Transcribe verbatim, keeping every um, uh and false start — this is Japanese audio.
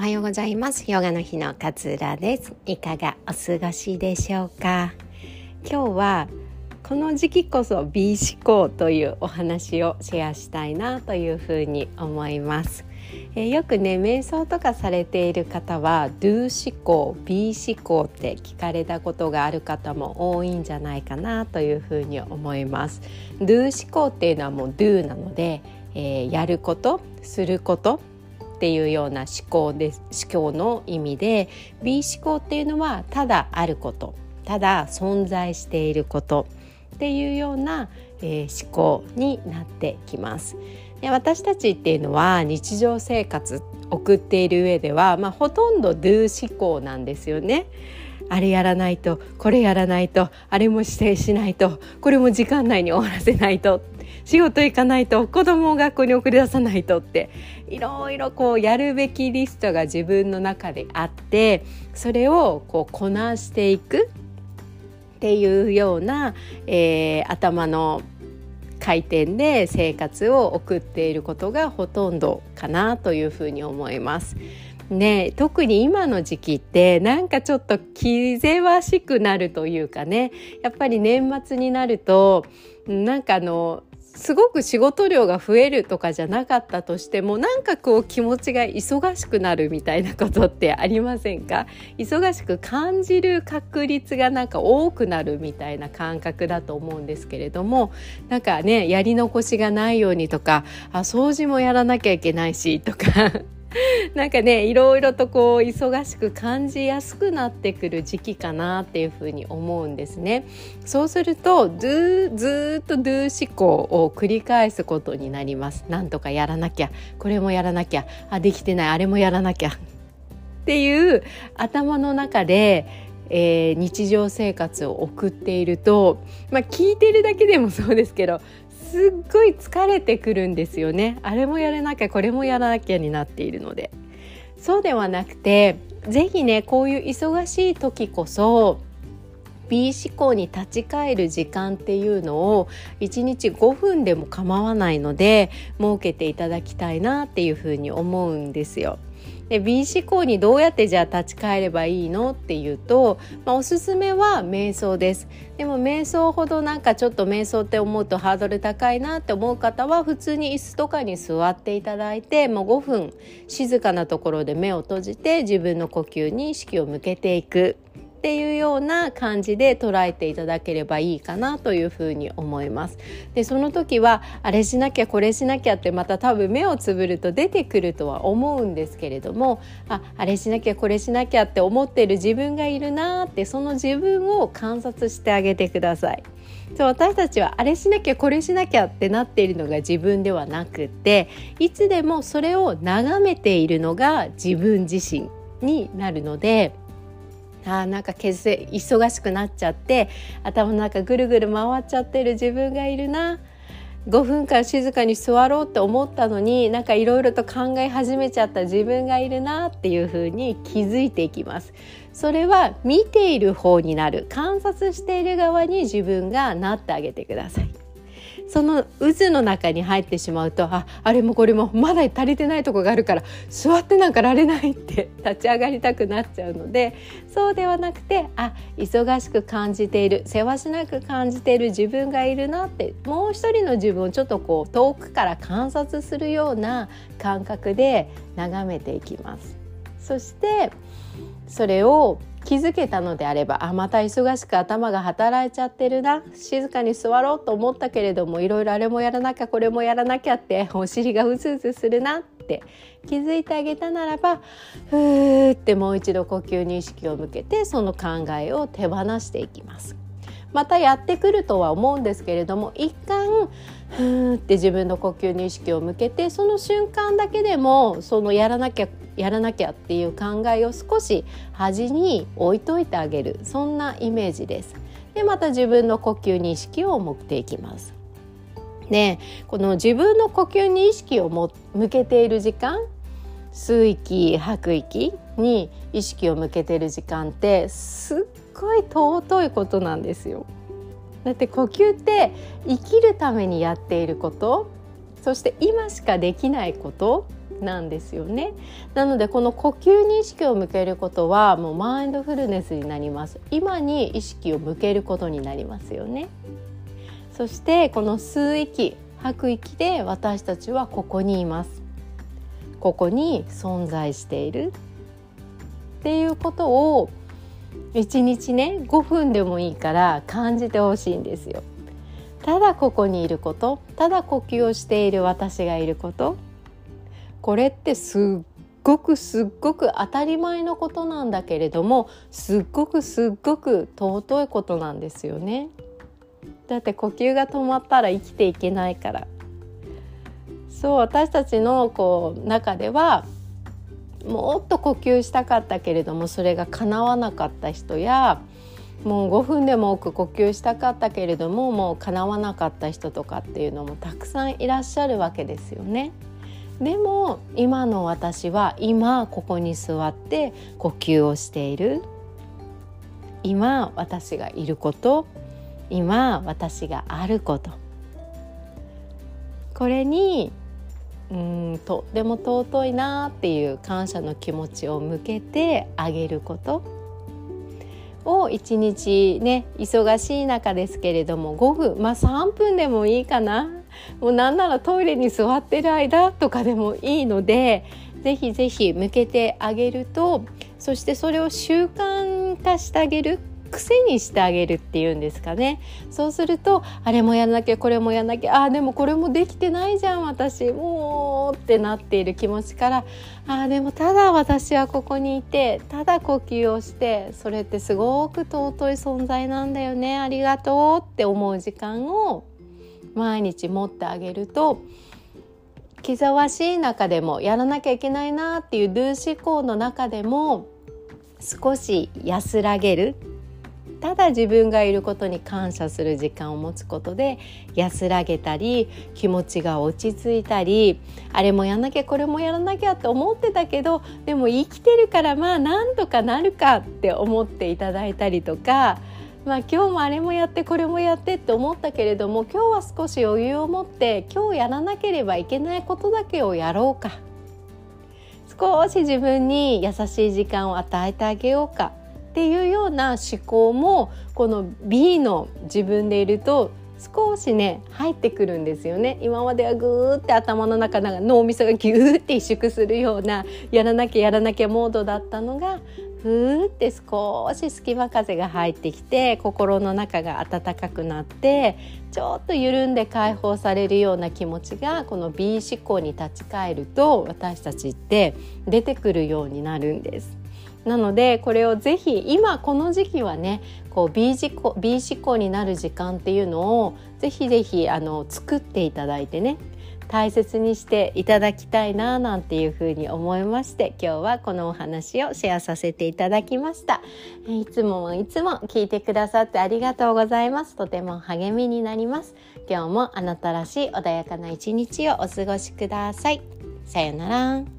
はようございます。ヨガの日の勝浦です。いかがお過ごしでしょうか。今日はこの時期こそ B 思考というお話をシェアしたいなというふうに思います。えー、よくね瞑想とかされている方は Do 思考 B 思考って聞かれたことがある方も多いんじゃないかなというふうに思います。 Do 思考っていうのはもう Do なので、えー、やることすることっていうような思考で思考の意味で B 思考っていうのはただあることただ存在していることっていうような、えー、思考になってきます。で私たちっていうのは日常生活送っている上では、まあ、ほとんど Do 思考なんですよね。あれやらないとこれやらないとあれも指定しないとこれも時間内に終わらせないと仕事行かないと子供を学校に送り出さないとっていろいろこうやるべきリストが自分の中であってそれをこうこなしていくっていうような、えー、頭の回転で生活を送っていることがほとんどかなというふうに思います。ね、特に今の時期ってなんかちょっと気ぜわしくなるというかね、やっぱり年末になるとなんかあのすごく仕事量が増えるとかじゃなかったとしてもなんかこう気持ちが忙しくなるみたいなことってありませんか？忙しく感じる確率がなんか多くなるみたいな感覚だと思うんですけれども、なんかねやり残しがないようにとか、あ掃除もやらなきゃいけないしとかなんかねいろいろとこう忙しく感じやすくなってくる時期かなっていうふうに思うんですね。そうすると do ずっと Do 思考を繰り返すことになります。なんとかやらなきゃこれもやらなきゃあできてないあれもやらなきゃっていう頭の中でえー、日常生活を送っていると、まあ、聞いてるだけでもそうですけどすっごい疲れてくるんですよね。あれもやらなきゃこれもやらなきゃになっているので、そうではなくてぜひねこういう忙しい時こそ B 思考に立ち返る時間っていうのをいちにちごふんでも構わないので設けていただきたいなっていうふうに思うんですよ。で B 思考にどうやってじゃあ立ち返ればいいのっていうと、まあ、おすすめは瞑想です。でも瞑想ほどなんかちょっと瞑想って思うとハードル高いなって思う方は普通に椅子とかに座っていただいてもうごふん静かなところで目を閉じて自分の呼吸に意識を向けていくっていうような感じで捉えていただければいいかなというふうに思います。でその時はあれしなきゃこれしなきゃってまた多分目をつぶると出てくるとは思うんですけれども、あ、あれしなきゃこれしなきゃって思ってる自分がいるなってその自分を観察してあげてください。そう私たちはあれしなきゃこれしなきゃってなっているのが自分ではなくっていつでもそれを眺めているのが自分自身になるので、あなんか決して忙しくなっちゃって頭の中ぐるぐる回っちゃってる自分がいるな、ごふんかん静かに座ろうって思ったのになんかいろいろと考え始めちゃった自分がいるなっていう風に気づいていきます。それは見ている方になる、観察している側に自分がなってあげてください。その渦の中に入ってしまうと あ, あれもこれもまだ足りてないとこがあるから座ってなんかられないって立ち上がりたくなっちゃうので、そうではなくてあ忙しく感じているせわしなく感じている自分がいるなってもう一人の自分をちょっとこう遠くから観察するような感覚で眺めていきます。そしてそれを気づけたのであればあまた忙しく頭が働いちゃってるな、静かに座ろうと思ったけれどもいろいろあれもやらなきゃこれもやらなきゃってお尻がうずうずするなって気づいてあげたならばふーってもう一度呼吸に意識を向けてその考えを手放していきます。またやってくるとは思うんですけれども一旦ふーって自分の呼吸に意識を向けてその瞬間だけでもそのやらなきゃやらなきゃっていう考えを少し端に置いといてあげる、そんなイメージです。でまた自分の呼吸に意識を向けていきます。でこの自分の呼吸に意識をも向けている時間、吸う息吐く息に意識を向けている時間ってすっごい尊いことなんですよ。だって呼吸って生きるためにやっていること、そして今しかできないことなんですよね。なのでこの呼吸に意識を向けることはもうマインドフルネスになります。今に意識を向けることになりますよね。そしてこの吸う息吐く息で私たちはここにいます。ここに存在しているっていうことをいちにちねごふんでもいいから感じてほしいんですよ。ただここにいること、ただ呼吸をしている私がいること、これってすっごくすっごく当たり前のことなんだけれども、すっごくすっごく尊いことなんですよね。だって呼吸が止まったら生きていけないから。そう、私たちのこう中ではもっと呼吸したかったけれどもそれが叶わなかった人や、もうごふんでも多く呼吸したかったけれどももう叶わなかった人とかっていうのもたくさんいらっしゃるわけですよね。でも今の私は今ここに座って呼吸をしている。今私がいること、今私があること、これにうーんとっても尊いなっていう感謝の気持ちを向けてあげることを一日ね、忙しい中ですけれどもごふん、まあさんぷんでもいいかな、もうなんならトイレに座ってる間とかでもいいので、ぜひぜひ向けてあげると、そしてそれを習慣化してあげる、癖にしてあげるっていうんですかね。そうするとあれもやらなきゃこれもやらなきゃ、あでもこれもできてないじゃん私もうってなっている気持ちから、あでもただ私はここにいてただ呼吸をして、それってすごく尊い存在なんだよね、ありがとうって思う時間を毎日持ってあげると、気ぜわしい中でもやらなきゃいけないなっていうドゥ思考の中でも少し安らげる、ただ自分がいることに感謝する時間を持つことで安らげたり気持ちが落ち着いたり、あれもやんなきゃこれもやらなきゃって思ってたけどでも生きてるからまあなんとかなるかって思っていただいたりとか、まあ今日もあれもやってこれもやってって思ったけれども今日は少し余裕を持って今日やらなければいけないことだけをやろうか、少し自分に優しい時間を与えてあげようかっていうような思考もこの B の自分でいると少しね入ってくるんですよね。今まではぐーって頭の中が脳みそがギューって萎縮するようなやらなきゃやらなきゃモードだったのが、ふーって少し隙間風が入ってきて心の中が温かくなってちょっと緩んで解放されるような気持ちがこの B 思考に立ち返ると私たちって出てくるようになるんです。なのでこれをぜひ今この時期はねこう B 思考、B 思考になる時間っていうのをぜひぜひあの作っていただいてね大切にしていただきたいななんていうふうに思いまして、今日はこのお話をシェアさせていただきました。いつもいつも聞いてくださってありがとうございます。とても励みになります。今日もあなたらしい穏やかな一日をお過ごしください。さよなら。